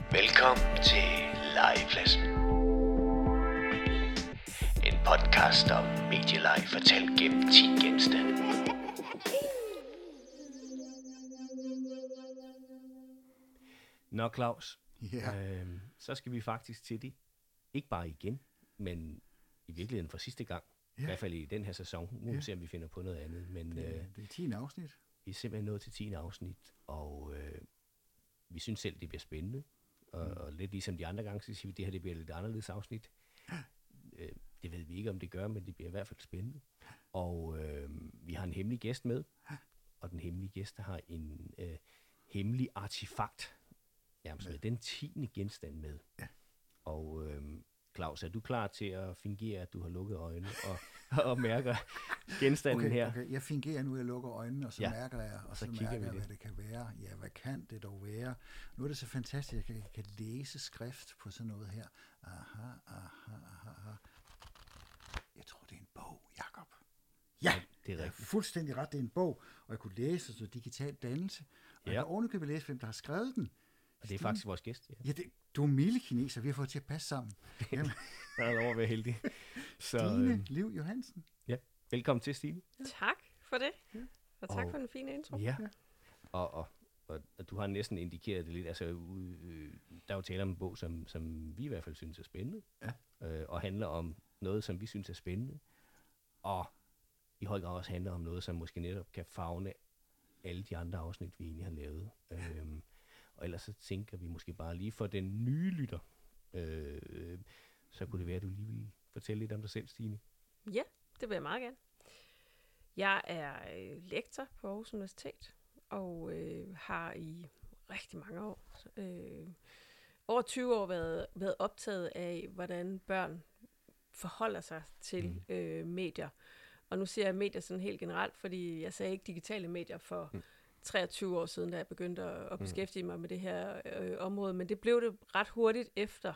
Velkommen til Legepladsen. En podcast om medieleg fortalt gennem 10 genstande. Nå Claus, Ja. så skal vi faktisk til det. Ikke bare igen, men i virkeligheden for sidste gang. I hvert fald i den her sæson. Nu må vi se, om vi finder på noget andet. Men Det er 10. afsnit. vi er simpelthen nået til 10. afsnit, og vi synes selv, det bliver spændende. Og lidt ligesom de andre gange, så siger vi, at det her det bliver lidt anderledes afsnit. Det ved vi ikke, om det gør, men det bliver i hvert fald spændende. Og vi har en hemmelig gæst med, og den hemmelige gæst har en hemmelig artefakt. Jamen, med den 10. genstand med. Ja. Og Claus, er du klar til at fingere, at du har lukket øjnene og mærker genstanden her? Okay, jeg fingerer nu, jeg lukker øjnene, og så mærker jeg, og så kigger mærker vi jeg, lidt. hvad det kan være. Ja, hvad kan det dog være? Nu er det så fantastisk, at jeg kan læse skrift på sådan noget her. Aha. Jeg tror, det er en bog, Jakob. Ja, det er jeg rigtigt. fuldstændig ret, det er en bog, og jeg kunne læse så digital dannelse. Og jeg kan ovenikøbet læse, hvem der har skrevet den. Og det er faktisk vores gæst. Ja, du er milde kineser, vi har fået til at passe sammen. Jamen, Jeg er lov at være heldig. Så, Stine Liv Johansen. ja, velkommen til, Stine. Tak for det, og tak Og- for den fine intro. Ja. Og du har næsten indikeret det lidt. Altså, der er jo tale om en bog, som vi i hvert fald synes er spændende. Ja. Og handler om noget, som vi synes er spændende. Og i høj grad også handler om noget, som måske netop kan favne alle de andre afsnit, vi egentlig har lavet. Og ellers så tænker vi måske bare lige for den nye lytter, så kunne det være, at du lige vil fortælle lidt om dig selv, Stine. Ja, det vil jeg meget gerne. Jeg er lektor på Aarhus Universitet, og har i rigtig mange år, over 20 år, været optaget af, hvordan børn forholder sig til medier. Og nu siger jeg medier sådan helt generelt, fordi jeg sagde ikke digitale medier for 23 år siden, da jeg begyndte at beskæftige mig med det her område. Men det blev det ret hurtigt efter.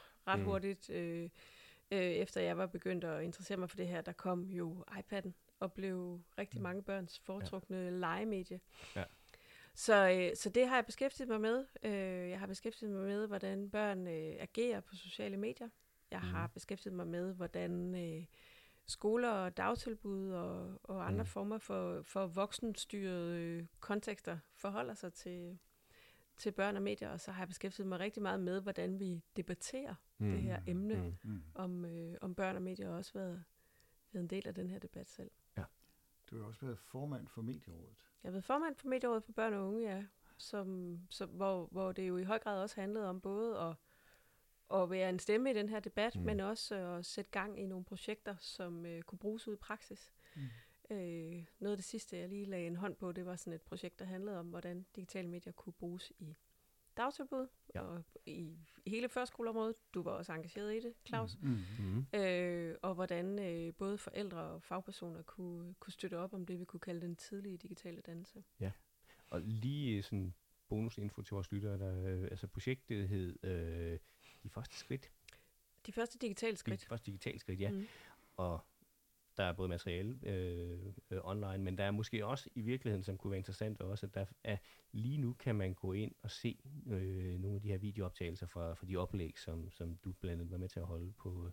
Efter jeg var begyndt at interessere mig for det her, der kom jo iPad'en og blev rigtig mange børns foretrukne legemedie. Ja. Så det har jeg beskæftiget mig med. Jeg har beskæftiget mig med, hvordan børn agerer på sociale medier. Jeg har beskæftiget mig med, hvordan skoler og dagtilbud og andre former for voksenstyrede kontekster forholder sig til børn og medier. Og så har jeg beskæftiget mig rigtig meget med, hvordan vi debatterer det her emne om børn og medier, og også været en del af den her debat selv. Du har også været formand for Medierådet. Jeg har været formand for Medierådet for børn og unge, ja, hvor det jo i høj grad også handlede om både at være en stemme i den her debat, men også at sætte gang i nogle projekter, som kunne bruges ud i praksis. Noget af det sidste, jeg lige lagde en hånd på, det var sådan et projekt, der handlede om, hvordan digitale medier kunne bruges i dagtilbud og i hele førskoleområdet. Du var også engageret i det, Claus. Og hvordan både forældre og fagpersoner kunne støtte op om det, vi kunne kalde den tidlige digitale dannelse. Ja, og lige sådan bonusinfo til vores lyttere, der, altså projektet hed De Første Skridt. De første digitale skridt. De første digitale skridt, ja. Og der er både materiale online, men der er måske også i virkeligheden, som kunne være interessant også, at der er, lige nu kan man gå ind og se nogle af de her videooptagelser fra de oplæg, som du blandt andet var med til at holde på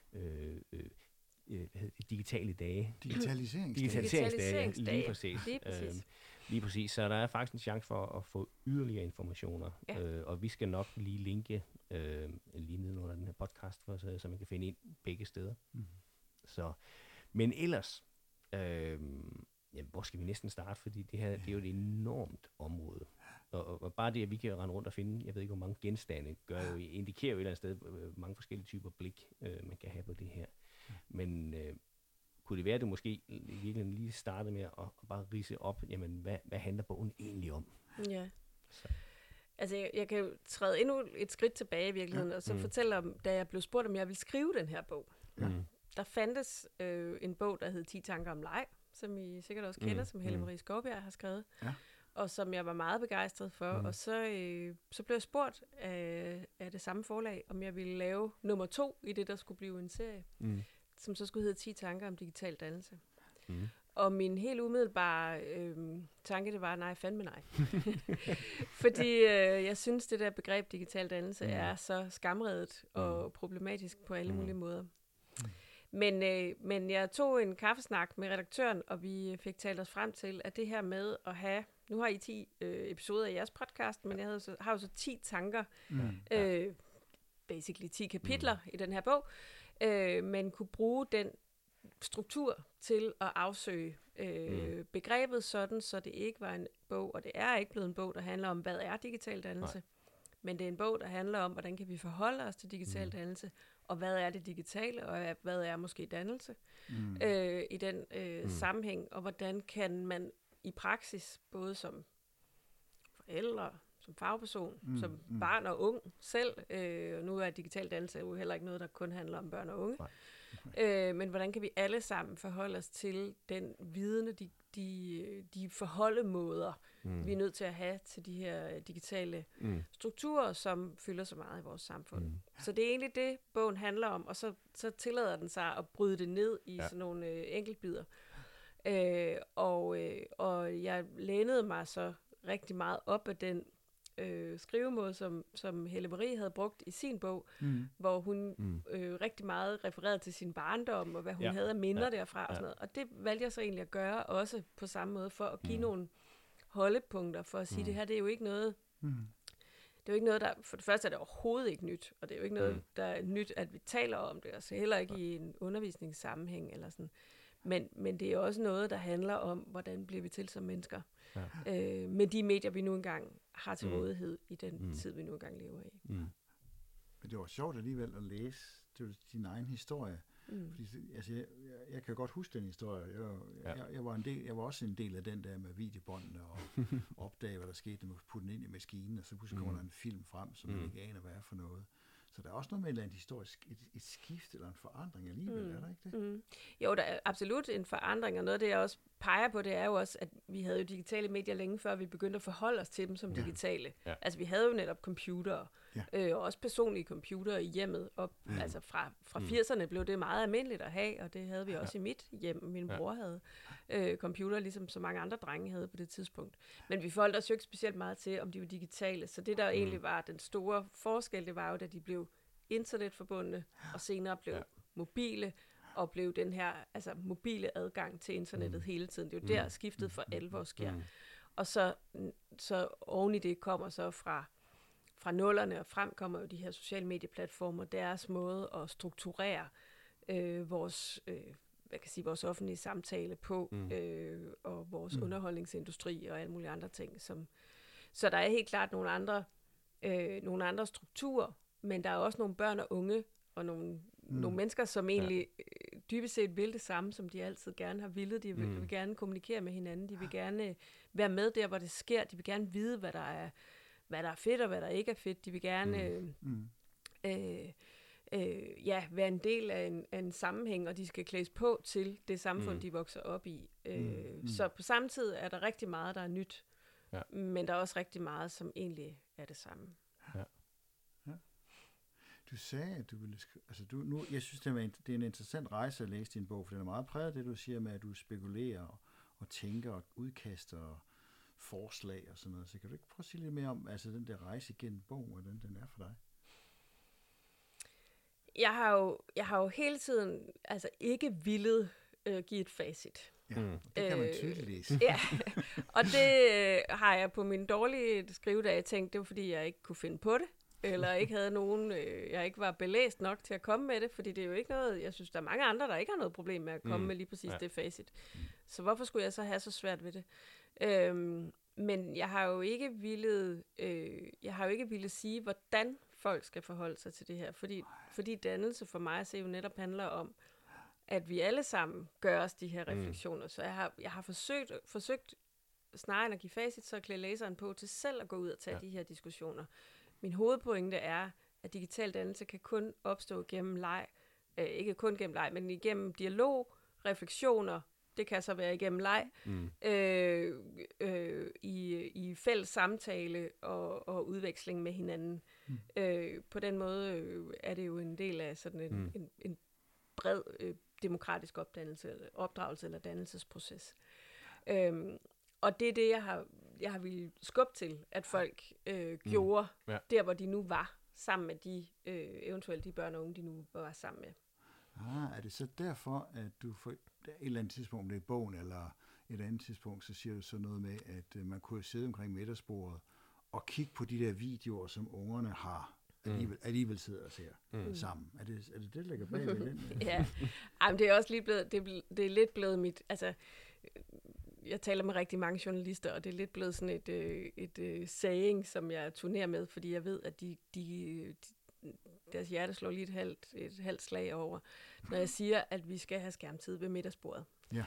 digitale dage. Digitaliseringsdage, lige præcis. Lige præcis. Så der er faktisk en chance for at få yderligere informationer, og vi skal nok lige linke lige nedenunder den her podcast, så man kan finde ind begge steder. Så, men ellers, hvor skal vi næsten starte, fordi det her det er jo et enormt område. Og bare det, at vi kan rende rundt og finde, jeg ved ikke, hvor mange genstande, indikerer jo et eller andet sted, mange forskellige typer blik, man kan have på det her. Men kunne det være, at du måske virkelig lige startede med at bare ridse op, jamen, hvad handler bogen egentlig om? Ja. Altså, jeg kan jo træde endnu et skridt tilbage i virkeligheden, og så fortælle om, da jeg blev spurgt, om jeg ville skrive den her bog. Der fandtes en bog, der hed 10 tanker om leg, som I sikkert også kender, som Helle Marie Skovbjerg har skrevet, og som jeg var meget begejstret for. Og så blev jeg spurgt af det samme forlag, om jeg ville lave nummer 2 i det, der skulle blive en serie, som så skulle hedde 10 tanker om digital dannelse. Og min helt umiddelbare tanke, det var, nej, fandme nej. Fordi jeg synes, det der begreb digital dannelse er så skamredet og problematisk på alle mulige måder. Men jeg tog en kaffesnak med redaktøren, og vi fik talt os frem til, at det her med at have, nu har I 10 episoder i jeres podcast, men jeg har jo så 10 tanker, basically 10 kapitler i den her bog, men kunne bruge den struktur til at afsøge begrebet sådan, så det ikke var en bog, og det er ikke blevet en bog, der handler om, hvad er digital dannelse, men det er en bog, der handler om, hvordan kan vi forholde os til digital dannelse, og hvad er det digitale, og hvad er måske dannelse i den sammenhæng, og hvordan kan man i praksis, både som forældre, som fagperson, som barn og ung selv, og nu er digital dannelse jo heller ikke noget, der kun handler om børn og unge, men hvordan kan vi alle sammen forholde os til den viden, de forholdemåder, vi er nødt til at have til de her digitale strukturer, som fylder så meget i vores samfund. Så det er egentlig det, bogen handler om, og så tillader den sig at bryde det ned i sådan nogle enkeltbidder. Og jeg lænede mig så rigtig meget op af den skrivemåde, som Helle Marie havde brugt i sin bog, hvor hun rigtig meget refererede til sin barndom, og hvad hun havde af minder derfra og sådan noget. Og det valgte jeg så egentlig at gøre, også på samme måde, for at give nogle holdepunkter, for at sige, det her, det er jo ikke noget, det er jo ikke noget, der, for det første er det overhovedet ikke nyt, og det er jo ikke noget, der er nyt, at vi taler om det, og så heller ikke i en undervisningssammenhæng, eller sådan. Men det er også noget, der handler om, hvordan bliver vi til som mennesker, med de medier, vi nu engang har til rådighed i den tid, vi nu engang lever i. Men det var sjovt alligevel at læse din egen historie. Fordi, altså, jeg kan godt huske den historie. Jeg var også en del af den der med videobåndene og opdage, hvad der skete, når man putte den ind i maskinen, og så pludselig kommer der en film frem, som man ikke aner, hvad er for noget. Så der er også noget med et eller andet historisk, et skift eller en forandring alligevel, er der ikke det? Jo, der er absolut en forandring, og noget af det, jeg også peger på, det er jo også, at vi havde jo digitale medier længe før, vi begyndte at forholde os til dem som digitale. Altså, vi havde jo netop computere, og også personlige computere i hjemmet. Altså, fra 80'erne blev det meget almindeligt at have, og det havde vi også i mit hjem. Min bror havde computer, ligesom så mange andre drenge havde på det tidspunkt. Men vi forholdt os jo ikke specielt meget til, om de var digitale. Så det, der egentlig var den store forskel, det var jo, da de blev internetforbundne, og senere blev mobile, og blev den her mobile adgang til internettet hele tiden. Det er jo der skiftet for alvor sker. Og så oven i det kommer så fra nullerne og frem kommer jo de her sociale medieplatformer, deres måde at strukturere vores vores offentlige samtale på, og vores underholdningsindustri og alle mulige andre ting. Så der er helt klart nogle andre strukturer, men der er også nogle børn og unge, og nogle mennesker, som egentlig dybest set vil det samme, som de altid gerne har villet. De vil gerne kommunikere med hinanden, de vil gerne være med der, hvor det sker, de vil gerne vide, hvad der er fedt, og hvad der ikke er fedt. De vil gerne være en del af en sammenhæng, og de skal klædes på til det samfund, de vokser op i. Så på samme tid er der rigtig meget, der er nyt, men der er også rigtig meget, som egentlig er det samme. Du sagde, at du ville skrive... jeg synes, det er en interessant rejse at læse din bog, for den er meget præget af det, du siger med, at du spekulerer og tænker og udkaster og forslag og sådan noget. Så kan du ikke prøve at sige lidt mere om den der rejse igennem bogen, hvordan den er for dig? Jeg har jo hele tiden ikke villet give et facit. Ja, det kan man tydeligt læse. Og det har jeg på min dårlige skrivedage tænkt, det var fordi, jeg ikke kunne finde på det. Eller ikke havde nogen, jeg ikke var belæst nok til at komme med det, fordi det er jo ikke noget, jeg synes, der er mange andre, der ikke har noget problem med at komme med lige præcis det facit. Så hvorfor skulle jeg så have så svært ved det? Men jeg har jo ikke ville sige, hvordan folk skal forholde sig til det her, fordi dannelse for mig at se jo netop handler om, at vi alle sammen gør os de her refleksioner. Så jeg har forsøgt snarere end at give facit, så at klæde læseren på til selv at gå ud og tage de her diskussioner. Min hovedpointe er, at digital dannelse kan kun opstå gennem leg. Ikke kun gennem leg, men igennem dialog, refleksioner. Det kan så være igennem leg. I fælles samtale og udveksling med hinanden. På den måde er det jo en del af sådan en bred demokratisk opdragelse eller dannelsesproces. Og det er det, jeg har ville skubbe til, at folk gjorde der, hvor de nu var, sammen med de eventuelt de børn og unge, de nu var sammen med. Er det så derfor, at du på et eller andet tidspunkt, det er bogen, eller et andet tidspunkt, så siger du så noget med, at man kunne sidde omkring middagsbordet og kigge på de der videoer, som ungerne har alligevel sidder og ser sammen. Er det det, der ligger bag ved den? Ja, men det er også lige blevet, det er lidt blevet mit, altså, jeg taler med rigtig mange journalister, og det er lidt blevet sådan et saying, som jeg turnerer med, fordi jeg ved, at deres hjerte slår lige et halvt slag over, når jeg siger, at vi skal have skærmtid ved middagsbordet. Ja.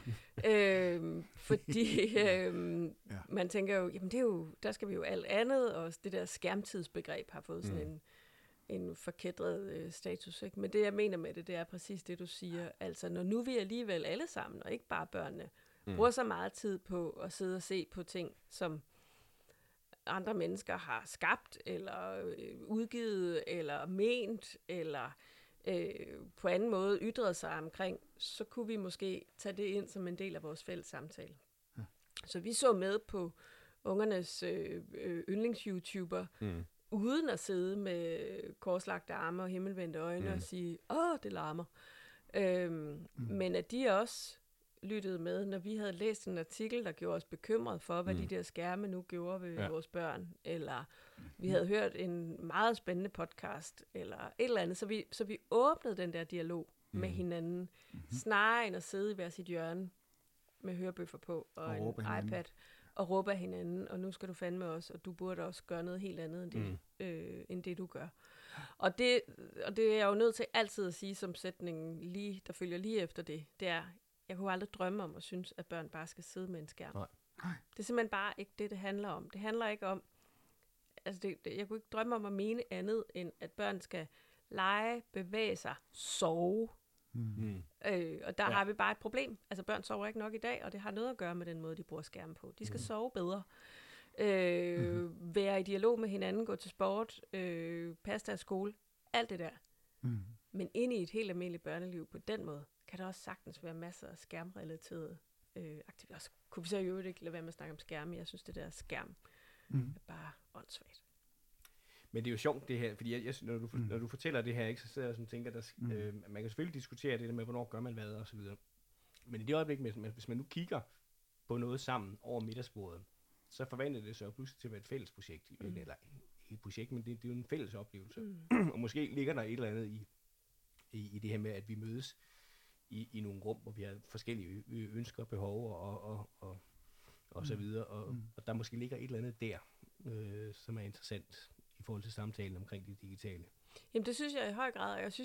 Fordi man tænker jo, jamen det er jo, der skal vi jo alt andet, og det der skærmtidsbegreb har fået sådan en forkædret status. Ikke? Men det, jeg mener med det, det er præcis det, du siger. Altså, når nu vi alligevel alle sammen, og ikke bare børnene, bruger så meget tid på at sidde og se på ting, som andre mennesker har skabt, eller udgivet, eller ment, eller på anden måde ytret sig omkring, så kunne vi måske tage det ind som en del af vores fælles samtale. Ja. Så vi så med på ungernes yndlings-YouTuber, uden at sidde med korslagte arme og himmelvendte øjne og sige, det larmer. Men at de også lyttede med, når vi havde læst en artikel, der gjorde os bekymret for, hvad de der skærme nu gjorde ved vores børn, eller vi havde hørt en meget spændende podcast, eller et eller andet, så vi åbnede den der dialog med hinanden, snarere end at sidde i hver sit hjørne med hørebøffer på, og en iPad, og råbe af hinanden, og nu skal du fandme også, og du burde også gøre noget helt andet, end det du gør. Og det er jeg jo nødt til altid at sige som sætningen, der følger lige efter det er, jeg kunne aldrig drømme om at synes, at børn bare skal sidde med en skærm. Nej. Det er simpelthen bare ikke det handler om. Det handler ikke om, altså jeg kunne ikke drømme om at mene andet, end at børn skal lege, bevæge sig, sove. Og der har vi bare et problem. Altså børn sover ikke nok i dag, og det har noget at gøre med den måde, de bruger skærmen på. De skal sove bedre. Være i dialog med hinanden, gå til sport, passe deres skole, alt det der. Men ind i et helt almindeligt børneliv på den måde, kan der også sagtens være masser af skærmrelaterede aktiviteter. Kunne vi så jo ikke lade være med at snakke om skærme? Jeg synes, det der skærm er bare åndssvagt. Men det er jo sjovt det her, fordi når du fortæller det her, ikke, så sidder jeg og tænker, man kan selvfølgelig diskutere det der med, hvornår gør man hvad og så videre. Men i det øjeblik, hvis man nu kigger på noget sammen over middagsbordet, så forvandler det sig jo pludselig til at være et fælles projekt. Eller ikke et projekt, men det er jo en fælles oplevelse. Og måske ligger der et eller andet i det her med, at vi mødes i nogle rum, hvor vi har forskellige ønsker, behov og så videre. Og der måske ligger et eller andet der, som er interessant i forhold til samtalen omkring det digitale. Jamen det synes jeg i høj grad, og jeg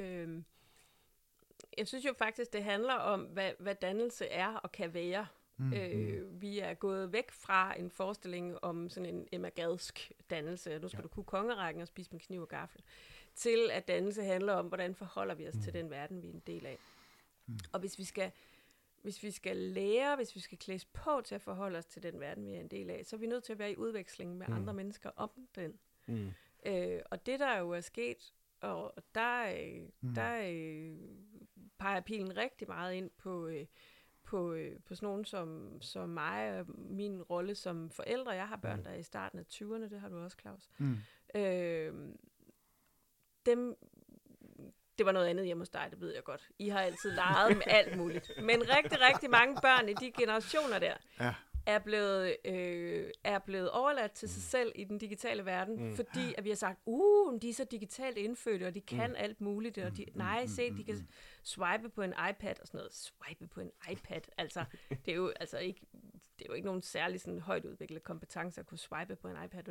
synes jo faktisk, det handler om, hvad dannelse er og kan være. Vi er gået væk fra en forestilling om sådan en Emma Gadsk dannelse, nu skal du kunne kongerækken og spise med kniv og gaffel, til at dannelse handler om, hvordan forholder vi os til den verden, vi er en del af. Og hvis vi skal lære, hvis vi skal klædes på til at forholde os til den verden, vi er en del af, så er vi nødt til at være i udveksling med andre mennesker om den. Og det, der jo er sket, og der peger pilen rigtig meget ind på sådan nogen som mig og min rolle som forældre. Jeg har børn, der er i starten af 20'erne, det har du også, Claus. Det var noget andet hjemme hos dig, det ved jeg godt. I har altid leget med alt muligt. Men rigtig, rigtig mange børn i de generationer der, er blevet overladt til sig selv i den digitale verden, fordi at vi har sagt, de er så digitalt indfødte, og de kan alt muligt, og de kan swipe på en iPad og sådan noget. Swipe på en iPad, altså, det er jo ikke nogen særlig sådan højt udviklet kompetence at kunne swipe på en iPad.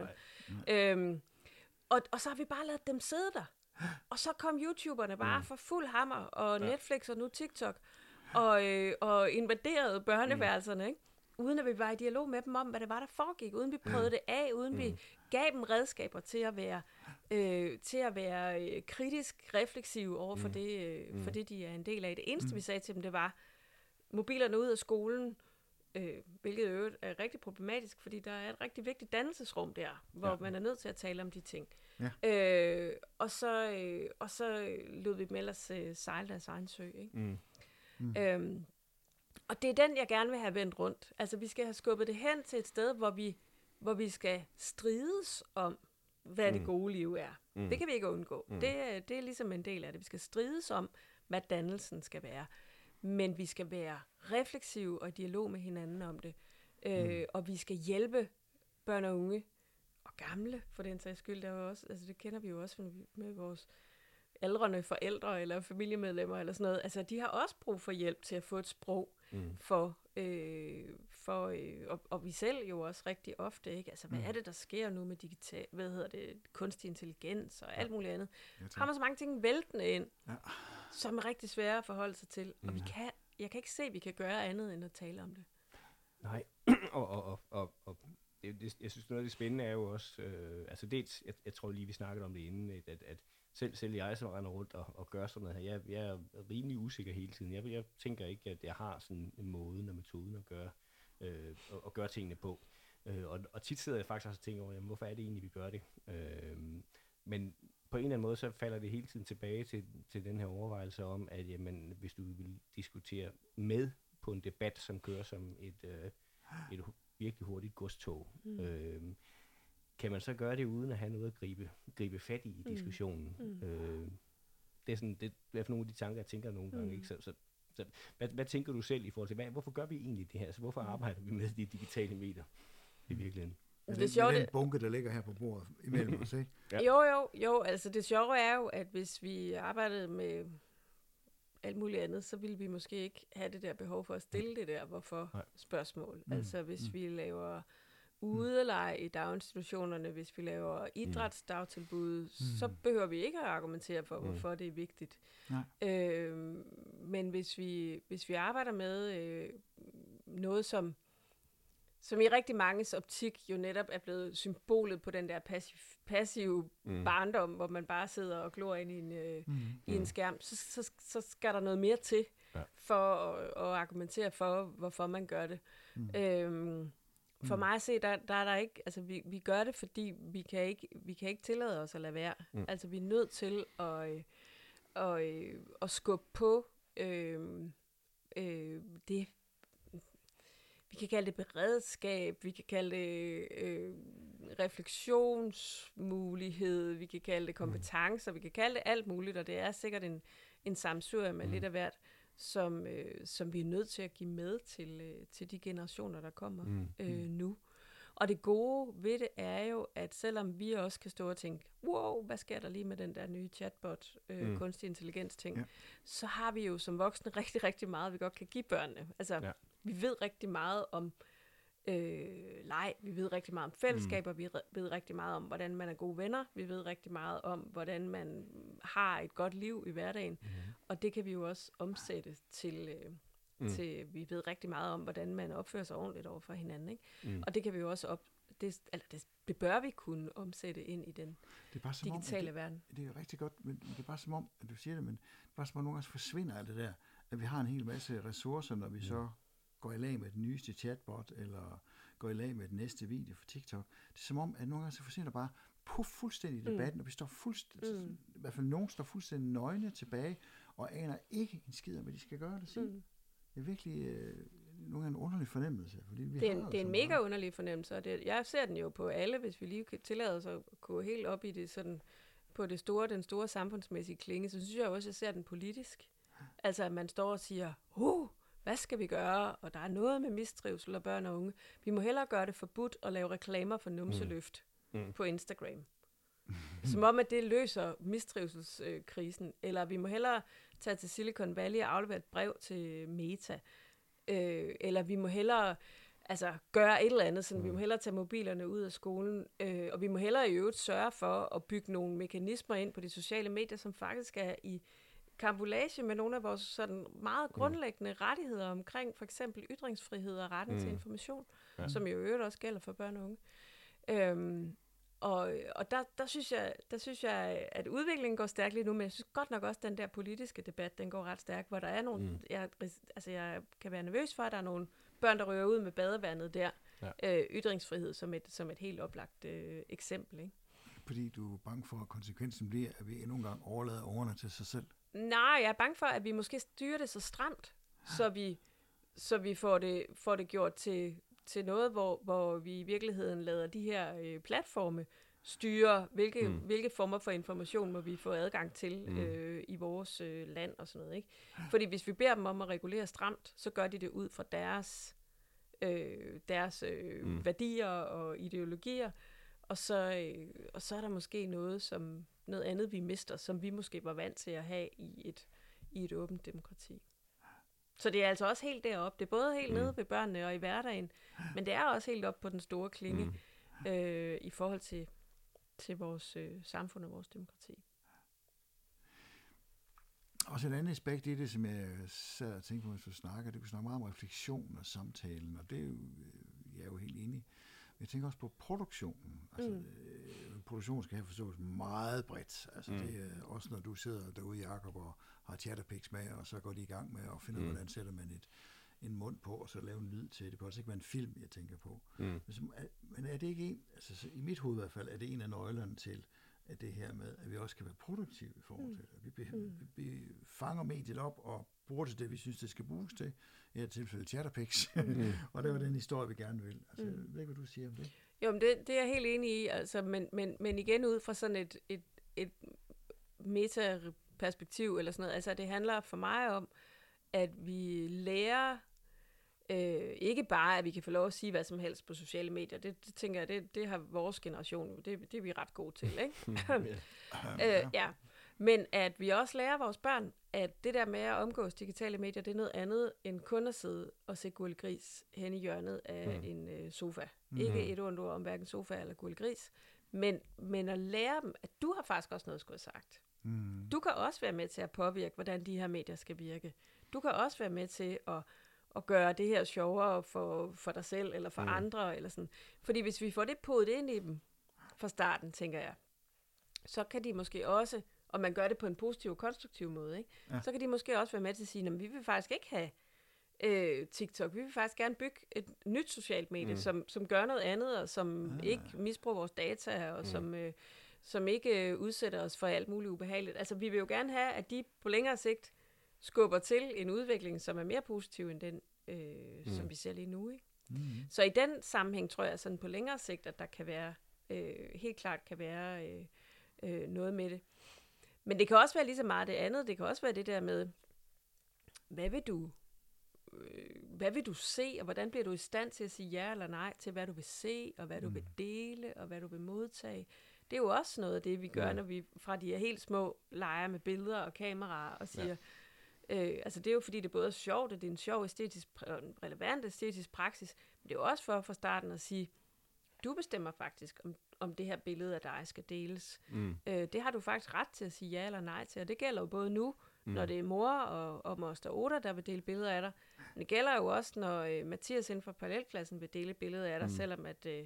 Og så har vi bare ladet dem sidde der. Og så kom YouTuberne bare for fuld hammer, og Netflix og nu TikTok, og invaderede børneværelserne, ikke? Uden at vi var i dialog med dem om, hvad det var, der foregik, uden vi prøvede det af, uden vi gav dem redskaber til at være kritisk refleksive over for det, de er en del af. Det eneste, vi sagde til dem, det var, mobilerne ud af skolen, hvilket jo er rigtig problematisk, fordi der er et rigtig vigtigt dannelsesrum der, hvor man er nødt til at tale om de ting. Og så lod vi dem ellers sejle deres egen sø. Ikke? Og det er den, jeg gerne vil have vendt rundt. Altså, vi skal have skubbet det hen til et sted, hvor vi skal strides om, hvad det gode liv er. Det kan vi ikke undgå. Det er ligesom en del af det. Vi skal strides om, hvad dannelsen skal være. Men vi skal være refleksive og i dialog med hinanden om det. Og vi skal hjælpe børn og unge, og gamle, for den sags skyld. Der er jo også, altså det kender vi jo også med vores aldrende forældre eller familiemedlemmer eller sådan noget. Altså, de har også brug for hjælp til at få et sprog og vi selv jo også rigtig ofte, ikke? Altså, hvad er det, der sker nu med kunstig intelligens og alt muligt andet? Har man så mange ting væltende ind, som er rigtig svære at forholde sig til, og jeg kan ikke se, at vi kan gøre andet end at tale om det. Nej, og jeg synes, noget af det spændende er jo også, altså dels, jeg tror lige, vi snakkede om det inden, at selv jeg, som render rundt og gør sådan noget her, jeg er rimelig usikker hele tiden. Jeg tænker ikke, at jeg har sådan en måde og metoden at gøre tingene på. Og tit sidder jeg faktisk også og tænker over, jamen, hvorfor er det egentlig, vi gør det? Men på en eller anden måde, så falder det hele tiden tilbage til den her overvejelse om, at jamen, hvis du vil diskutere med på en debat, som kører som et virkelig hurtigt godstog, kan man så gøre det uden at have noget at gribe fat i diskussionen? Det er sådan, det er i hvert fald nogle af de tanker, jeg tænker nogle gange. Ikke? Så hvad tænker du selv i forhold til, hvorfor gør vi egentlig det her? Så hvorfor arbejder vi med de digitale medier i virkeligheden? Det er sjovt, den bunke, der ligger her på bordet imellem os, ikke? Ja. Jo, altså det sjove er jo, at hvis vi arbejdede med alt muligt andet, så ville vi måske ikke have det der behov for at stille det der hvorfor-spørgsmål. Altså hvis vi laver udeleje i daginstitutionerne, hvis vi laver idrætsdagtilbud, så behøver vi ikke at argumentere for, hvorfor det er vigtigt. Men hvis vi arbejder med noget, som i rigtig manges optik jo netop er blevet symbolet på den der passive barndom, hvor man bare sidder og glor ind i en skærm, så skal der noget mere til for at argumentere for, hvorfor man gør det. For mig at se, der er der ikke, altså vi gør det, fordi vi kan ikke tillade os at lade være. Altså vi er nødt til at skubbe på det. Vi kan kalde det beredskab, vi kan kalde det refleksionsmulighed, vi kan kalde det kompetencer, vi kan kalde det alt muligt, og det er sikkert en sammensurium med lidt af hvert, som vi er nødt til at give med til de generationer, der kommer nu. Og det gode ved det er jo, at selvom vi også kan stå og tænke, wow, hvad sker der lige med den der nye chatbot, kunstig intelligens ting, så har vi jo som voksne rigtig, rigtig meget, vi godt kan give børnene. Altså, vi ved rigtig meget om leg, vi ved rigtig meget om fællesskaber, vi ved rigtig meget om, hvordan man er gode venner, vi ved rigtig meget om, hvordan man har et godt liv i hverdagen, og det kan vi jo også omsætte til vi ved rigtig meget om, hvordan man opfører sig ordentligt over for hinanden, ikke? Og det kan vi jo også det bør vi kunne omsætte ind i den digitale verden. Det er jo rigtig godt, men det er bare som om, at du siger det, men bare som om nogle gange forsvinder alt det der, at vi har en hel masse ressourcer, når vi så går i lag med den nyeste chatbot, eller går i lag med den næste video for TikTok. Det er som om, at nogle gange så forsvinder bare fuldstændig i debatten, og vi står i hvert fald nogen står fuldstændig nøgne tilbage, og aner ikke en skid om, hvad de skal gøre det sige. Det er virkelig nogle gange en underlig fornemmelse. Fordi det er en mega underlig fornemmelse, og jeg ser den jo på alle, hvis vi lige kan tillade os at gå helt op i det sådan, på den store samfundsmæssige klinge, så synes jeg også, at jeg ser den politisk. Altså, at man står og siger, hvad skal vi gøre? Og der er noget med mistrivsel og børn og unge. Vi må hellere gøre det forbudt at lave reklamer for numseløft på Instagram. Som om, at det løser mistrivselskrisen. Eller vi må hellere tage til Silicon Valley og aflevere et brev til Meta. Eller vi må hellere gøre et eller andet. Sådan, vi må hellere tage mobilerne ud af skolen. Og vi må hellere i øvrigt sørge for at bygge nogle mekanismer ind på de sociale medier, som faktisk er i kampolage med nogle af vores sådan meget grundlæggende rettigheder omkring for eksempel ytringsfrihed og retten til information, som jo i øvrigt også gælder for børn og unge. Og der synes jeg, at udviklingen går stærkt lige nu, men jeg synes godt nok også, at den der politiske debat, den går ret stærkt, hvor der er nogle, jeg kan være nervøs for, at der er nogle børn, der rører ud med badevandet der. Ytringsfrihed som et helt oplagt eksempel, ikke? Fordi du er bange for, at konsekvensen bliver, at vi endnu en gang overlader ordene til sig selv? Nej, jeg er bange for, at vi måske styrer det så stramt, så vi får det gjort til noget, hvor vi i virkeligheden lader de her platforme styre, hvilke former for information må vi få adgang til i vores land og sådan noget. Ikke? Fordi hvis vi beder dem om at regulere stramt, så gør de det ud fra deres værdier og ideologier, og så er der måske noget andet, vi mister, som vi måske var vant til at have i et åbent demokrati. Så det er altså også helt deroppe. Det er både helt nede ved børnene og i hverdagen, men det er også helt op på den store klinge i forhold til vores samfund og vores demokrati. Også et andet aspekt i det, som jeg sad og tænkte på, hvis du snakker, det kunne snakke meget om refleksion og samtalen, og det er jo, jeg er jo helt enig. Jeg tænker også på produktionen. Altså, produktionen skal have forstås meget bredt. Altså, det er også, når du sidder derude, Jacob, og har chatterpicks med, og så går de i gang med at finde ud af, hvordan sætter man en mund på, og så lave en lyd til. Det kan også ikke være en film, jeg tænker på. Men er det ikke altså i mit hoved i hvert fald, er det en af nøglerne til, at det her med, at vi også kan være produktive i forhold til det. Vi fanger mediet op og bruger det til det, vi synes, det skal bruges til. I et tilfælde chatterpicks. Og det var den historie, vi gerne vil. Altså, jeg ved ikke, hvad du siger om det. Jo, men det er jeg helt enig i. Altså, men igen ud fra sådan et metaperspektiv eller sådan noget. Altså, det handler for mig om, at vi lærer ikke bare, at vi kan få lov at sige hvad som helst på sociale medier. Det tænker jeg, det har vores generation jo. Det er vi ret gode til, ikke? Ja. Men at vi også lærer vores børn, at det der med at omgås digitale medier, det er noget andet end kun at sidde og se Gurli Gris hen i hjørnet af en sofa. Ikke et ondt ord om hverken sofa eller Gurli Gris, men at lære dem, at du har faktisk også noget at skulle have sagt. Du kan også være med til at påvirke, hvordan de her medier skal virke. Du kan også være med til at gøre det her sjovere for dig selv eller for andre. Eller sådan. Fordi hvis vi får det podet ind i dem fra starten, tænker jeg, så kan de måske også, og man gør det på en positiv og konstruktiv måde, ikke? Ja. Så kan de måske også være med til at sige, at vi vil faktisk ikke have TikTok. Vi vil faktisk gerne bygge et nyt socialt medie, som gør noget andet, og som ikke misbruger vores data, og som ikke udsætter os for alt muligt ubehageligt. Altså, vi vil jo gerne have, at de på længere sigt skubber til en udvikling, som er mere positiv end den, som vi ser lige nu. Ikke? Så i den sammenhæng tror jeg sådan på længere sigt, at der kan være, helt klart kan være noget med det. Men det kan også være lige så meget det andet. Det kan også være det der med, hvad vil du se, og hvordan bliver du i stand til at sige ja eller nej til, hvad du vil se, og hvad du vil dele, og hvad du vil modtage. Det er jo også noget af det, vi gør, når vi fra de her helt små leger med billeder og kameraer, og siger, altså det er jo fordi, det både er sjovt, og det er en sjov relevant æstetisk praksis, men det er jo også for starten at sige, du bestemmer faktisk, om det her billede af dig skal deles. Det har du faktisk ret til at sige ja eller nej til, og det gælder jo både nu, når det er mor og moster Oda, der vil dele billeder af dig, men det gælder jo også, når Mathias inden for parallelklassen vil dele billeder af dig, selvom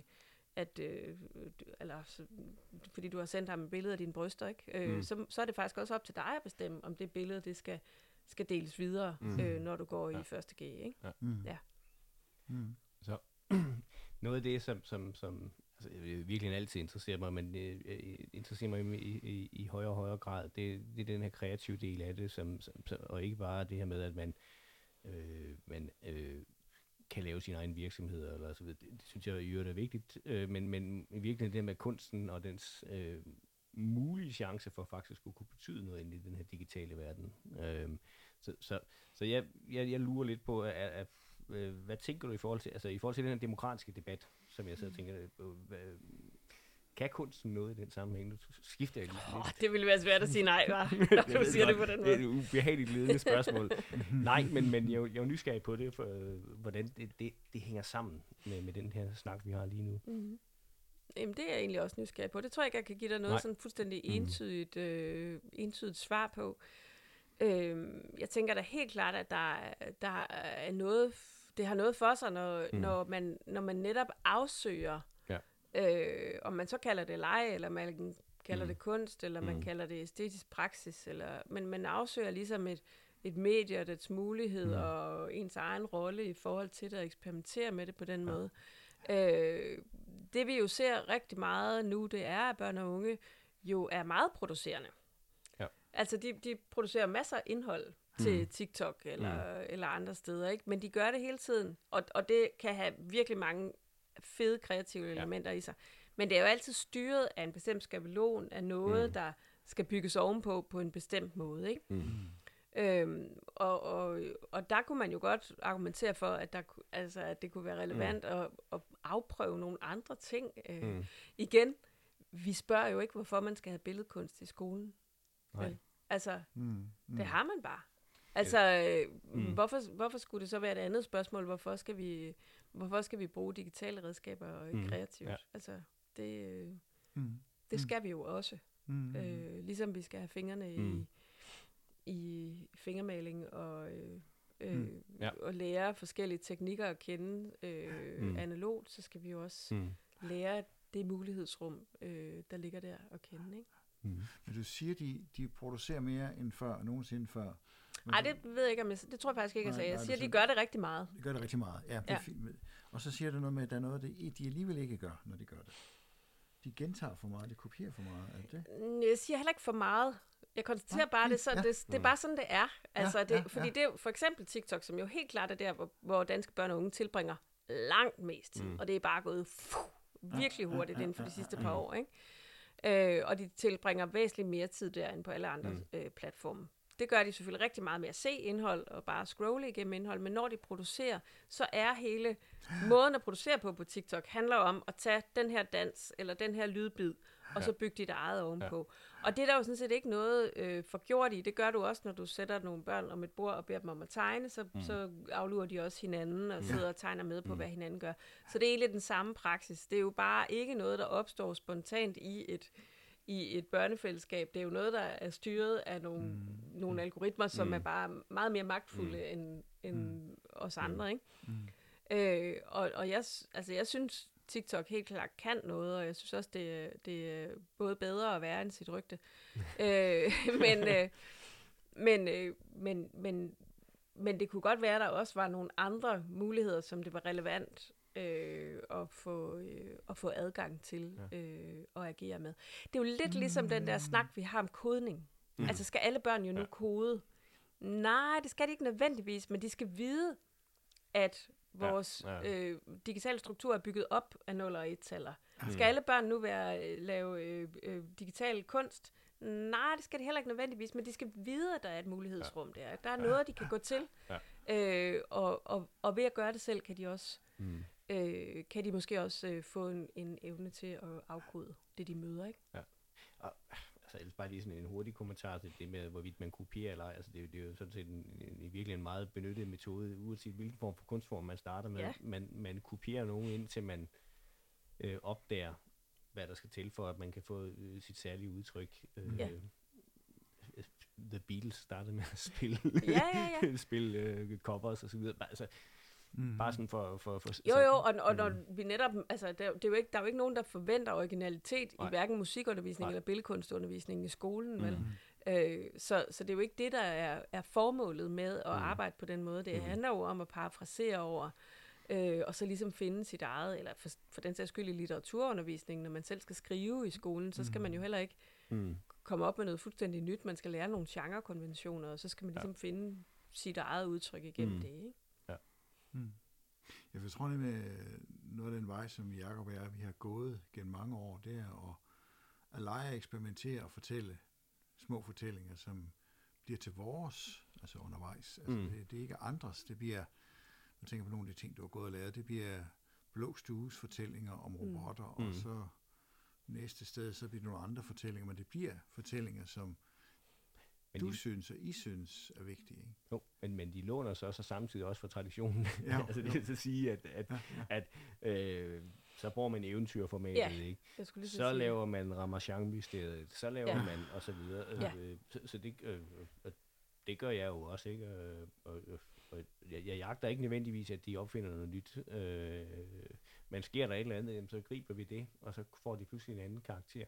fordi du har sendt ham et billede af dine bryster, ikke? Så er det faktisk også op til dig at bestemme, om det billede, det skal deles videre, når du går i 1. G, ikke? Ja. Så noget af det, som altså, virkelig altid interesserer mig, men interesserer mig i højere og højere grad, det er den her kreative del af det, og ikke bare det her med, at man kan lave sin egen virksomhed, eller så videre. Det synes jeg i øvrigt er vigtigt, men virkelig det med kunsten og dens mulige chance for faktisk at kunne betyde noget ind i den her digitale verden. Så jeg lurer lidt på, hvad tænker du i forhold til den her demokratiske debat, som jeg så tænker, kan kunsten noget i den sammenhæng? Nu skifter jeg lige lidt. Det ville være svært at sige nej, hva'? Når du siger det på den måde. Det er et ubehageligt ledende spørgsmål. Nej, men jeg er jo nysgerrig på det, for hvordan det hænger sammen med den her snak, vi har lige nu. Jamen, det er jeg egentlig også nysgerrig på. Det tror jeg ikke, jeg kan give dig noget sådan fuldstændig entydigt svar på. Jeg tænker da helt klart, at der er noget, det har noget for sig, når man netop afsøger, om man så kalder det leg, eller man kalder det kunst, eller man kalder det æstetisk praksis, men man afsøger ligesom et medie og dets mulighed og ens egen rolle i forhold til at eksperimentere med det på den måde. Det vi jo ser rigtig meget nu, det er, at børn og unge jo er meget producerende. Altså, de producerer masser af indhold til TikTok eller andre steder, ikke? Men de gør det hele tiden, og det kan have virkelig mange fede kreative elementer i sig. Men det er jo altid styret af en bestemt skabelon, af noget, der skal bygges ovenpå på en bestemt måde, ikke? Og der kunne man jo godt argumentere for, at det kunne være relevant at afprøve nogle andre ting. Igen, vi spørger jo ikke, hvorfor man skal have billedkunst i skolen. Altså, det har man bare. Altså, hvorfor skulle det så være et andet spørgsmål? Hvorfor skal vi bruge digitale redskaber og ikke kreativt? Ja. Altså, det skal vi jo også. Ligesom vi skal have fingrene i fingermaling og lære forskellige teknikker at kende analogt, så skal vi jo også lære det mulighedsrum, der ligger der at kende, ikke? Men du siger, de producerer mere end før, nogensinde før. Nej, det ved jeg ikke, om det tror jeg faktisk ikke, jeg sagde. Jeg siger, de gør det rigtig meget. De gør det rigtig meget, ja. Det er fint. Og så siger du noget med, at der er noget, de alligevel ikke gør, når de gør det. De gentager for meget, de kopierer for meget, er det det? Jeg siger heller ikke for meget. Jeg konstaterer bare, det er bare sådan, det er. Altså, fordi det er jo for eksempel TikTok, som jo helt klart er der, hvor danske børn og unge tilbringer langt mest tid. Og det er bare gået virkelig hurtigt inden for de sidste par år, ikke? Og de tilbringer væsentligt mere tid der, end på alle andre platforme. Det gør de selvfølgelig rigtig meget med at se indhold og bare scrolle igennem indhold, men når de producerer, så er hele måden at producere på TikTok handler om at tage den her dans eller den her lydbid, og så bygge dit eget ovenpå. Og det er der jo sådan set ikke noget forgjort i. Det gør du også, når du sætter nogle børn om et bord og beder dem om at tegne, så aflurer de også hinanden og sidder og tegner med på, hvad hinanden gør. Så det er egentlig den samme praksis. Det er jo bare ikke noget, der opstår spontant i et børnefællesskab. Det er jo noget, der er styret af nogle algoritmer, som er bare meget mere magtfulde end os andre, ikke? Og jeg synes, TikTok helt klart kan noget, og jeg synes også, det er både bedre at være end sit rygte. Men det kunne godt være, at der også var nogle andre muligheder, som det var relevant at få adgang til at agere med. Det er jo lidt ligesom den der snak, vi har om kodning. Altså, skal alle børn jo nu kode? Nej, det skal de ikke nødvendigvis, men de skal vide, at vores digitale struktur er bygget op af 0 og 1-taller. Skal alle børn nu lave digital kunst? Nej, det skal de heller ikke nødvendigvis, men de skal vide, at der er et mulighedsrum der. Der er noget, de kan gå til, og ved at gøre det selv, kan de også kan de måske også få en evne til at afkode det, de møder, ikke? Ja. Og, altså bare lige sådan en hurtig kommentar til det med, hvorvidt man kopierer eller ej. Altså det er jo sådan set virkelig en meget benyttet metode, uanset hvilken form for kunstform man starter med. Ja. Man kopierer nogen, indtil man opdager, hvad der skal til for, at man kan få sit særlige udtryk. The Beatles startede med at spille covers og så videre. Altså, bare sådan for Jo, og når vi netop, altså, der er jo ikke nogen, der forventer originalitet i hverken musikundervisning eller billedkunstundervisning i skolen, vel? Så det er jo ikke det, der er formålet med at arbejde på den måde. Det handler jo om at parafrasere over, og så ligesom finde sit eget, eller for den sags skyld i litteraturundervisningen, når man selv skal skrive i skolen, så skal man jo heller ikke komme op med noget fuldstændig nyt. Man skal lære nogle genrekonventioner, og så skal man ligesom finde sit eget udtryk igennem det, ikke? Jeg tror nemlig, noget af den vej, som Jacob og jeg, vi har gået gennem mange år, det er at lege, eksperimentere og fortælle små fortællinger, som bliver til vores, altså undervejs. Altså det er ikke andres, det bliver, jeg tænker på nogle af de ting, du har gået og lavet, det bliver Blå Stues fortællinger om robotter, og så næste sted, så bliver det nogle andre fortællinger, men det bliver fortællinger, som du synes, og I synes er vigtige, ikke? Jo, men de låner så samtidig også fra traditionen. Altså det vil sige, at så bruger man eventyrformatet, ikke? Så laver man Ramachan-mysteriet, så laver man og så videre. Så det gør jeg jo også, ikke? Og jeg jagter ikke nødvendigvis, at de opfinder noget nyt. Men sker der et eller andet, så griber vi det, og så får de pludselig en anden karakter.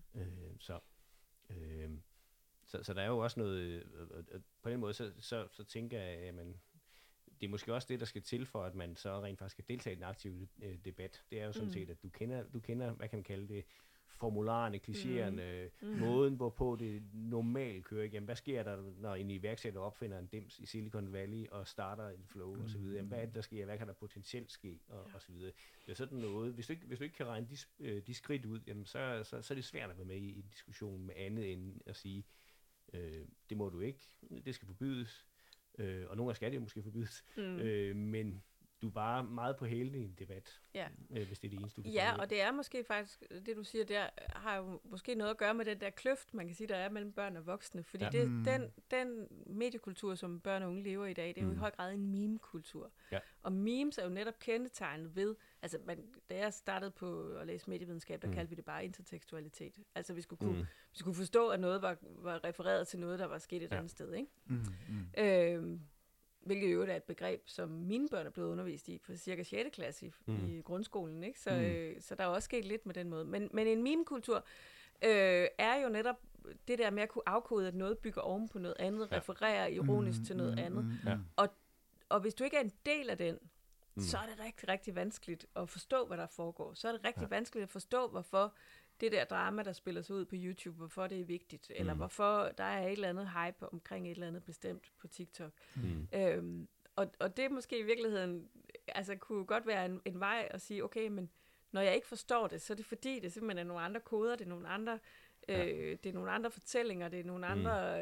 Så der er jo også noget, på den måde, så tænker jeg, at det er måske også det, der skal til for, at man så rent faktisk skal deltage i den aktive debat. Det er jo sådan set, at du kender, hvad kan man kalde det, formularerne, klichéerne, måden, hvorpå det normalt kører igennem. Hvad sker der, når en iværksætter opfinder en dims i Silicon Valley og starter en flow og så videre? Hvad er det, der sker? Hvad kan der potentielt ske? Og så videre. Det er sådan noget. Hvis du ikke kan regne de skridt ud, jamen, så er det svært at være med i en diskussion med andet end at sige, det må du ikke, det skal forbydes, og nogle gange skal det måske forbydes, men du er bare meget på hælene i en debat, hvis det er det eneste, du kan Ja, og det er måske faktisk, det du siger, der har jo måske noget at gøre med den der kløft, man kan sige, der er mellem børn og voksne. Fordi den mediekultur, som børn og unge lever i dag, det er jo i høj grad en meme-kultur. Ja. Og memes er jo netop kendetegnet ved, altså da jeg startede på at læse medievidenskab, der kaldte vi det bare intertekstualitet. Altså vi skulle forstå, at noget var refereret til noget, der var sket et andet sted, ikke? Hvilket jo er et begreb, som mine børn er blevet undervist i på cirka 6. klasse i grundskolen, ikke? Så der er også sket lidt med den måde. Men en meme-kultur er jo netop det der med at kunne afkode, at noget bygger oven på noget andet, refererer ironisk til noget andet. Og hvis du ikke er en del af den, så er det rigtig, rigtig vanskeligt at forstå, hvad der foregår. Så er det rigtig vanskeligt at forstå, hvorfor det der drama, der spiller sig ud på YouTube, hvorfor det er vigtigt, eller hvorfor der er et eller andet hype omkring et eller andet bestemt på TikTok. Og det måske i virkeligheden, altså kunne godt være en vej at sige, okay, men når jeg ikke forstår det, så er det fordi, det simpelthen er nogle andre koder, det er nogle andre, det er nogle andre fortællinger, det er nogle andre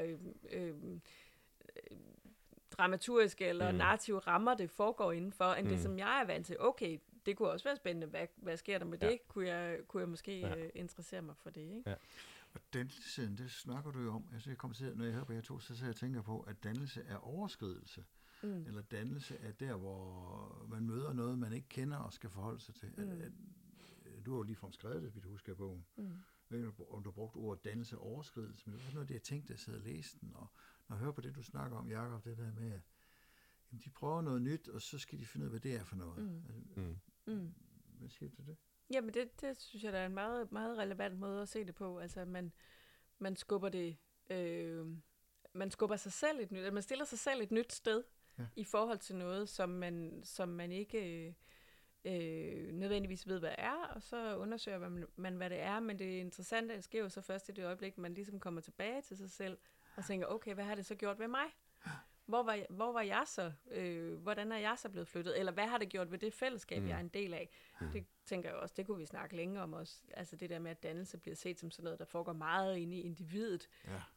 dramaturgiske eller narrative rammer, det foregår indenfor, end det, som jeg er vant til. Okay, det kunne også være spændende. Hvad sker der med det? Kunne jeg måske interessere mig for det, ikke? Ja. Og dannelsen, det snakker du jo om. Altså, når jeg hører på jer to, så jeg tænker på, at dannelse er overskridelse. Eller dannelse er der, hvor man møder noget, man ikke kender og skal forholde sig til. Du har jo ligefrem skrevet det, hvis du husker bogen. Jeg ved ikke, om du har brugt ordet dannelse og overskridelse, men det var noget af det, jeg tænkte, at jeg sidder og læste den. Og når jeg hører på det, du snakker om, Jacob, det der med, at de prøver noget nyt, og så skal de finde ud af, hvad det er for noget. Hvad siger du til det? Jamen, det synes jeg, der er en meget, meget relevant måde at se det på. Altså, man skubber det... man skubber sig selv et nyt... Man stiller sig selv et nyt sted i forhold til noget, som man ikke nødvendigvis ved, hvad det er, og så undersøger man, hvad det er. Men det interessante sker jo så først i det øjeblik, man ligesom kommer tilbage til sig selv og tænker, okay, hvad har det så gjort ved mig? Hvor var jeg så? Hvordan er jeg så blevet flyttet? Eller hvad har det gjort ved det fællesskab, jeg er en del af? Det tænker jeg også, det kunne vi snakke længe om også. Altså det der med, at dannelse bliver set som sådan noget, der foregår meget inde i individet.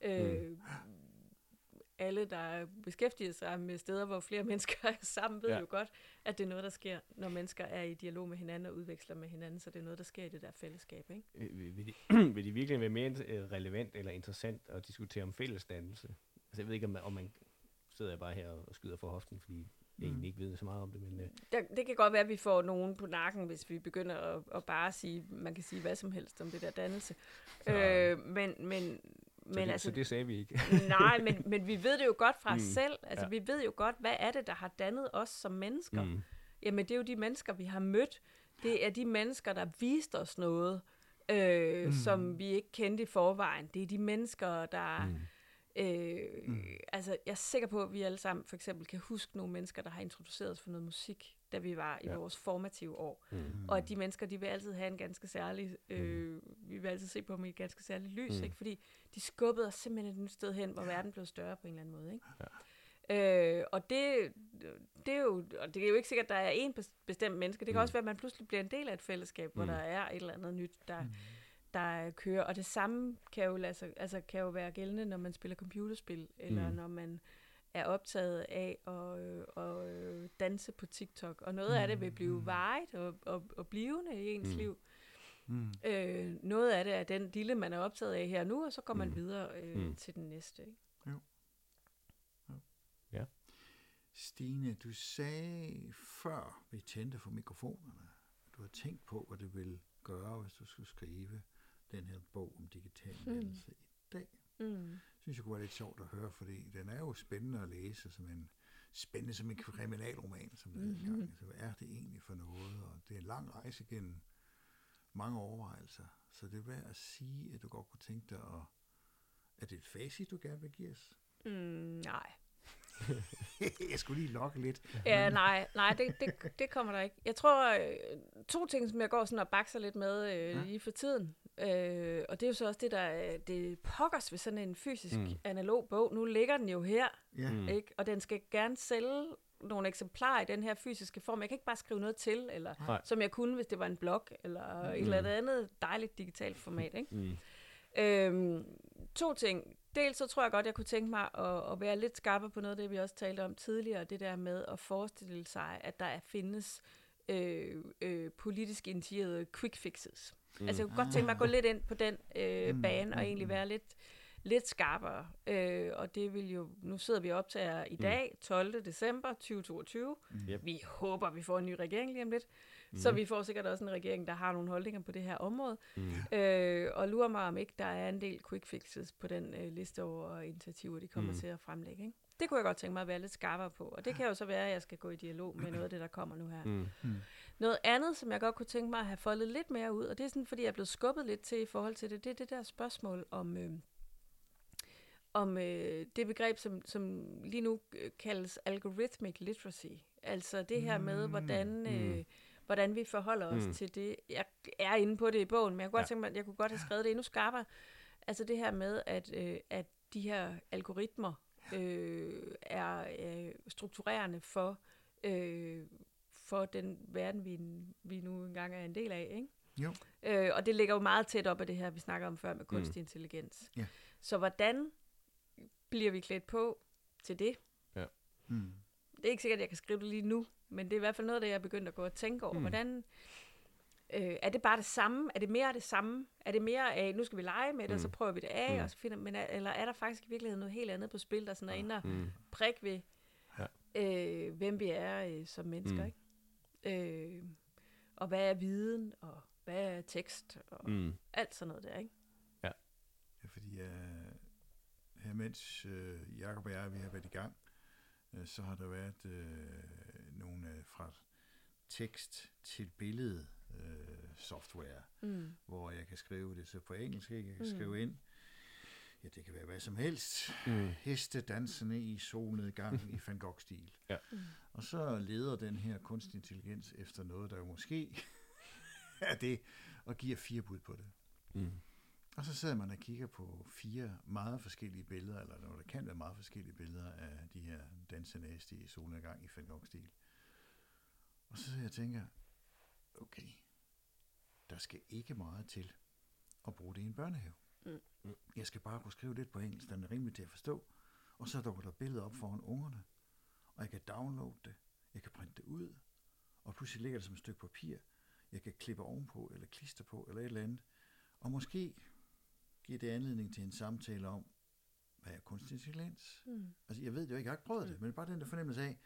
Alle, der beskæftiger sig med steder, hvor flere mennesker er sammen, ved jo godt, at det er noget, der sker, når mennesker er i dialog med hinanden og udveksler med hinanden, så det er noget, der sker i det der fællesskab, ikke? Vil de virkelig være mere relevant eller interessant at diskutere om fællesdannelse? Altså jeg ved ikke, om man sidder jeg bare her og skyder for hoften, fordi jeg egentlig ikke ved så meget om det. Men, det kan godt være, at vi får nogen på nakken, hvis vi begynder at bare sige, man kan sige hvad som helst om det der dannelse. Så det sagde vi ikke. Nej, men vi ved det jo godt fra os selv. Altså vi ved jo godt, hvad er det, der har dannet os som mennesker. Jamen det er jo de mennesker, vi har mødt. Det er de mennesker, der viste os noget, som vi ikke kendte i forvejen. Det er de mennesker, der... Altså, jeg er sikker på, at vi alle sammen for eksempel kan huske nogle mennesker, der har introduceret os for noget musik, da vi var i vores formative år. Og at de mennesker, de vil altid have en ganske særlig, vi vil altid se på dem i et ganske særligt lys, ikke? Fordi de skubbede os simpelthen et nyt sted hen, hvor verden blev større på en eller anden måde, ikke? Og det er jo ikke sikkert, at der er en bestemt menneske. Det kan også være, at man pludselig bliver en del af et fællesskab, hvor der er et eller andet nyt, der kører. Og det samme kan jo være gældende, når man spiller computerspil, eller når man er optaget af at danse på TikTok. Og noget af det vil blive varigt og blivende i ens liv. Noget af det er den dille, man er optaget af her nu, og så går man videre til den næste. Ikke? Jo. Ja. Stine, du sagde før vi tændte for mikrofonerne, at du har tænkt på, hvad det ville gøre, hvis du skulle skrive den her bog om digital dannelse i dag. Synes jeg kunne være lidt sjovt at høre, fordi den er jo spændende at læse, spændende som en kriminalroman, som det hedder engang. Så hvad er det egentlig for noget? Og det er en lang rejse gennem mange overvejelser. Så det er værd at sige, at du godt kunne tænke dig, er det et facit, du gerne vil give os? Nej. Jeg skulle lige lokke lidt. Ja, nej, det kommer der ikke. Jeg tror, 2 ting, som jeg går sådan og bakser lidt med lige for tiden. Og det er jo så også det, der det pokkers ved sådan en fysisk analog bog. Nu ligger den jo her, ikke? Og den skal gerne sælge nogle eksemplarer i den her fysiske form. Jeg kan ikke bare skrive noget til, eller som jeg kunne, hvis det var en blog, eller et eller andet dejligt digitalt format, ikke? 2 ting. Dels så tror jeg godt, jeg kunne tænke mig at være lidt skarpere på noget af det, vi også talte om tidligere, det der med at forestille sig, at der findes politisk initierede quick fixes. Altså jeg kunne godt tænke mig at gå lidt ind på den bane, og egentlig være lidt skarpere. Og det vil jo, nu sidder vi optager i dag, 12. december 2022. Vi håber, vi får en ny regering lige om lidt. Så vi får sikkert også en regering, der har nogle holdninger på det her område. Og lurer mig om ikke, der er en del quick fixes på den liste over initiativer, de kommer til at fremlægge. Ikke? Det kunne jeg godt tænke mig at være lidt skarpere på. Og det kan jo så være, at jeg skal gå i dialog med noget af det, der kommer nu her. Noget andet, som jeg godt kunne tænke mig at have foldet lidt mere ud, og det er sådan, fordi jeg er blevet skubbet lidt til i forhold til det, det er det der spørgsmål om det begreb, som lige nu kaldes algorithmic literacy. Altså det her med, hvordan vi forholder os til det. Jeg er inde på det i bogen, men jeg kunne godt tænke mig, at jeg kunne godt have skrevet det endnu skarpere. Altså det her med, at de her algoritmer er strukturerende for den verden, vi nu engang er en del af, ikke? Jo. Og det ligger jo meget tæt op af det her, vi snakker om før med kunstig intelligens. Ja. Så hvordan bliver vi klædt på til det? Ja. Det er ikke sikkert, at jeg kan skrive det lige nu, men det er i hvert fald noget af det, jeg er begyndt at gå og tænke over. Hvordan er det bare det samme? Er det mere det samme? Er det mere af, nu skal vi lege med det, og så prøver vi det af, og så finder, eller er der faktisk i virkeligheden noget helt andet på spil, der sådan er inde og prikke ved, hvem vi er som mennesker, ikke? Og hvad er viden, og hvad er tekst, og alt sådan noget der, ikke? Ja, fordi her mens Jacob og jeg, vi har været i gang, så har der været nogle fra tekst til billede software, hvor jeg kan skrive det så på engelsk, jeg kan skrive ind. Ja, det kan være hvad som helst. Heste dansende i solnedgang i Van Gogh-stil. Ja. Og så leder den her kunstig intelligens efter noget, der jo måske er det, og giver 4 bud på det. Og så sidder man og kigger på 4 meget forskellige billeder, eller der kan være meget forskellige billeder af de her dansende heste i solnedgang i Van Gogh-stil. Og så sidder jeg og tænker, okay, der skal ikke meget til at bruge det i en børnehave. Jeg skal bare kunne skrive lidt på engelsk, den er rimelig til at forstå, og så dukker der billeder op foran ungerne, og jeg kan downloade det, jeg kan printe det ud, og pludselig ligger det som et stykke papir, jeg kan klippe ovenpå, eller klister på, eller et eller andet, og måske giver det anledning til en samtale om, hvad er kunstig intelligens? Altså, jeg ved det jo ikke, jeg har ikke prøvet det, men bare den der fornemmelse af,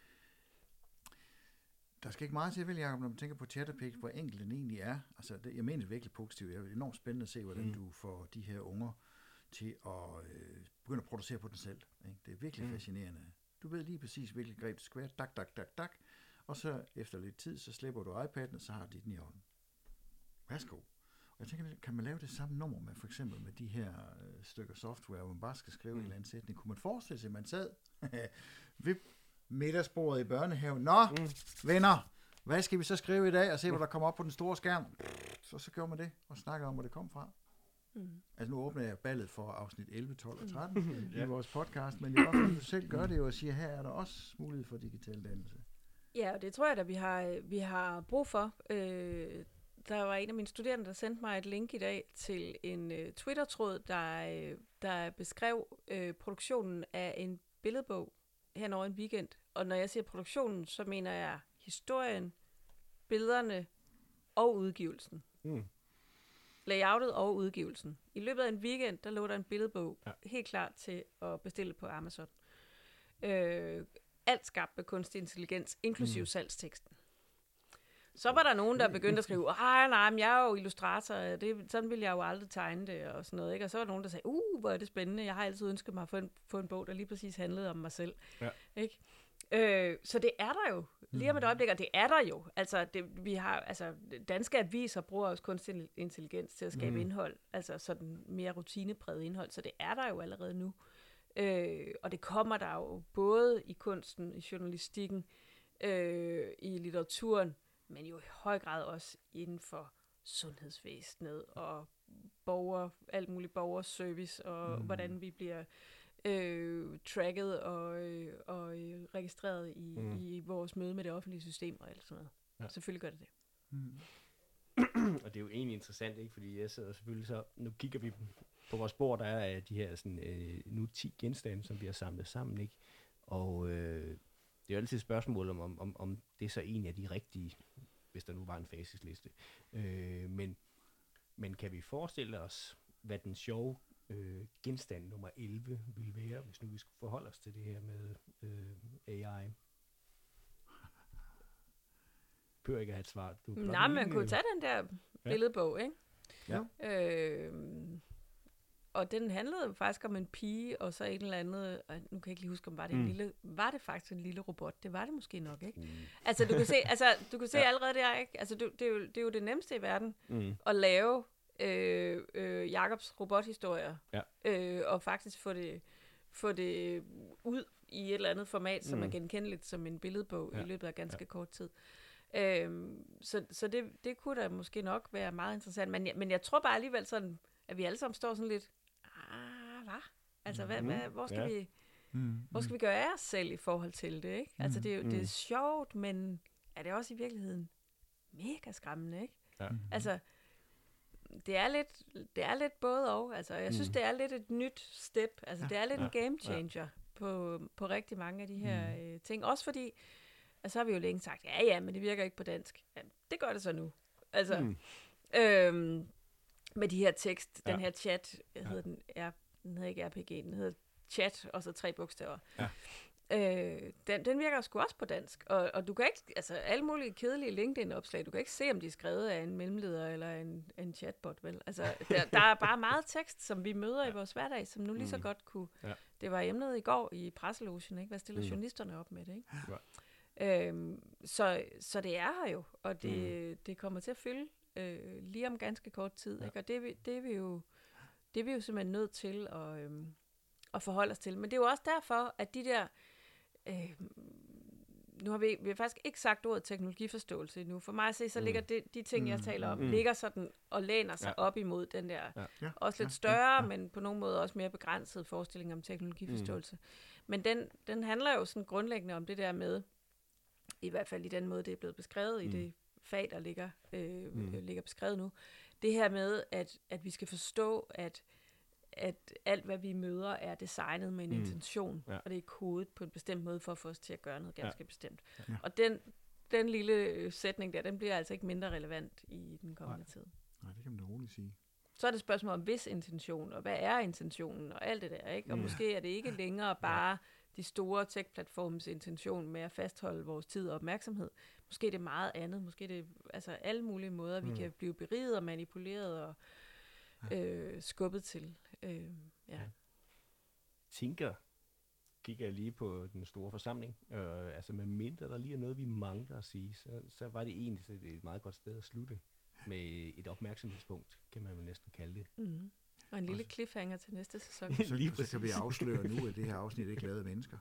der skal ikke meget til, vel, Jacob, når man tænker på Chatterpix, hvor enkelt den egentlig er. Altså, jeg mener det virkelig positivt. Det er enormt spændende at se, hvordan du får de her unger til at begynde at producere på den selv. Ikke? Det er virkelig fascinerende. Du ved lige præcis, hvilket greb det skal være. Dak, dak, dak, dak. Og så efter lidt tid, så slipper du iPad'en, og så har de den i hånden. Værsgo. Og jeg tænker, kan man lave det samme nummer med, for eksempel med de her stykker software, hvor man bare skal skrive en eller anden sætning? Kunne man forestille sig, at man sad ved middagsbordet i børnehaven. Nå, venner, hvad skal vi så skrive i dag, og se, hvad der kommer op på den store skærm? Så gjorde man det, og snakkede om, hvor det kom fra. Altså nu åbner jeg ballet for afsnit 11, 12 og 13 i vores podcast, men jeg også selv gør det jo og siger, her er der også mulighed for digital dannelse. Ja, og det tror jeg da, vi har brug for. Der var en af mine studerende, der sendte mig et link i dag til en Twitter-tråd, der beskrev produktionen af en billedbog hen over en weekend. Og når jeg siger produktionen, så mener jeg historien, billederne og udgivelsen. Layoutet og udgivelsen. I løbet af en weekend, der lå der en billedbog helt klar til at bestille på Amazon. Alt skabt med kunstig intelligens, inklusive salgsteksten. Så var der nogen, der begyndte at skrive, nej, men jeg er jo illustrator, sådan vil jeg jo aldrig tegne det, og sådan noget, ikke? Og så var der nogen, der sagde, hvor er det spændende, jeg har altid ønsket mig at få en bog, der lige præcis handlede om mig selv. Ja. Ikke? Så det er der jo, lige om et øjeblik, og det er der jo. Altså, danske aviser bruger også kunstig intelligens til at skabe indhold, altså sådan mere rutinepræget indhold, så det er der jo allerede nu. Og det kommer der jo både i kunsten, i journalistikken, i litteraturen, men jo i høj grad også inden for sundhedsvæsenet og alt muligt borgerservice, og hvordan vi bliver tracket og registreret i vores møde med det offentlige system og alt sådan noget. Ja. Selvfølgelig gør det det. Og det er jo egentlig interessant, ikke? Fordi jeg sidder selvfølgelig så, nu kigger vi på vores bord, der er de her sådan, nu 10 genstande, som vi har samlet sammen, ikke? Og det er jo altid et spørgsmål om det er så en af de rigtige, hvis der nu var en facisliste. Men kan vi forestille os, hvad den sjove genstand nummer 11 ville være, hvis nu vi skulle forholde os til det her med AI? Behøver ikke at have et svar. Nej, man kunne tage den der billedbog, ikke? Ja. Og den handlede faktisk om en pige, og så et eller andet, nu kan jeg ikke lige huske, om var det faktisk en lille robot? Det var det måske nok, ikke? Altså, du kan se allerede der, ikke? Altså, det er jo det nemmeste i verden, at lave Jacobs robothistorier, og faktisk få det ud i et eller andet format, som er genkendeligt som en billedbog i løbet af ganske kort tid. Så det kunne da måske nok være meget interessant, men jeg tror bare alligevel sådan, at vi alle sammen står sådan lidt, hvad? Altså, hvor skal vi gøre af os selv i forhold til det, ikke? Altså, det er sjovt, men er det også i virkeligheden mega skræmmende, ikke? Ja. Altså, det er lidt både og. Altså, jeg synes, det er lidt et nyt step. Altså, det er lidt en game changer på rigtig mange af de her ting. Også fordi, så har vi jo længe sagt, ja, men det virker ikke på dansk. Ja, det gør det så nu. Altså, med de her tekst, den her chat, den hedder ikke RPG, den hedder chat, og så 3 bogstaver. Ja. Den virker sgu også på dansk, og du kan ikke, altså alle mulige kedelige LinkedIn-opslag, du kan ikke se, om de er skrevet af en mellemleder eller en chatbot, vel? Altså, der er bare meget tekst, som vi møder i vores hverdag, som nu lige så godt kunne. Ja. Det var emnet i går i presselogen, ikke? Hvad stiller journalisterne op med det, ikke? Ja. Så det er her jo, og det kommer til at fylde lige om ganske kort tid, ikke? Og det er vi jo simpelthen nødt til at forholde os til. Men det er jo også derfor, at de der nu har vi har faktisk ikke sagt ordet teknologiforståelse endnu. For mig at se, så ligger de ting, jeg taler om, ligger sådan og læner sig op imod den der også lidt større, men på nogen måde også mere begrænset forestilling om teknologiforståelse. Men den handler jo sådan grundlæggende om det der med, i hvert fald i den måde, det er blevet beskrevet i det fag, der ligger beskrevet nu, det her med, at vi skal forstå, at alt, hvad vi møder, er designet med en intention, og det er kodet på en bestemt måde for at få os til at gøre noget ganske bestemt. Ja. Og den lille sætning der, den bliver altså ikke mindre relevant i den kommende tid. Nej, det kan man roligt sige. Så er det et spørgsmål om hvis intention, og hvad er intentionen, og alt det der, ikke? Og måske er det ikke længere bare de store tech-platforms intention med at fastholde vores tid og opmærksomhed. Måske er det meget andet. Måske er det altså alle mulige måder, vi kan blive beriget og manipuleret og skubbet til. Tænker, kigger jeg lige på den store forsamling, altså med mindre der lige er noget, vi mangler at sige, så var det egentlig et meget godt sted at slutte med et opmærksomhedspunkt, kan man vel næsten kalde det. Mm-hmm. Og en lille cliffhanger til næste sæson. Så lige så kan vi afsløre nu, at det her afsnit ikke lavet af mennesker.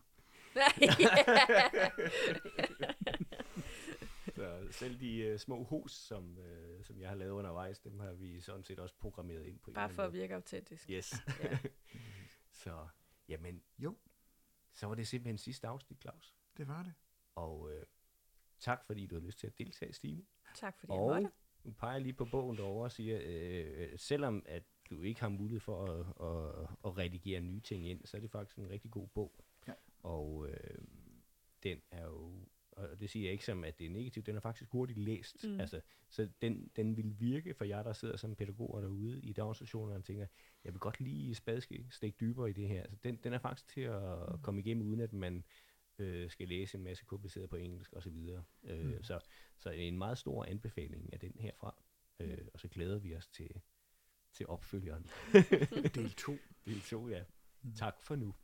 Så selv de små hus, som jeg har lavet undervejs, dem har vi sådan set også programmeret ind på. Bare for at virke autentisk. Yes. Så, jamen, så var det simpelthen sidste afsnit, Claus. Det var det. Og tak, fordi du har lyst til at deltage, Stine. Tak, fordi jeg måtte. Nu peger jeg lige på bogen derovre og siger, selvom at du ikke har mulighed for at redigere nye ting ind, så er det faktisk en rigtig god bog. Ja. Og den er jo, og det siger jeg ikke som, at det er negativt, den er faktisk hurtigt læst. Altså, så den vil virke for jer, der sidder som pædagoger derude i daginstitutioner og tænker, jeg vil godt lige stikke dybere i det her. Altså, den er faktisk til at komme igennem, uden at man skal læse en masse kompliceret på engelsk og så videre. Så en meget stor anbefaling af den herfra. Og så glæder vi os til opfølgeren. Del 2. Del 2, ja. Tak for nu.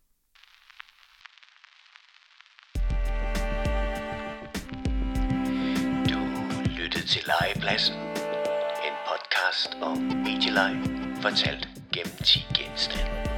Du lyttede til Legepladsen. En podcast om medieleje, fortalt gennem 10 genstande.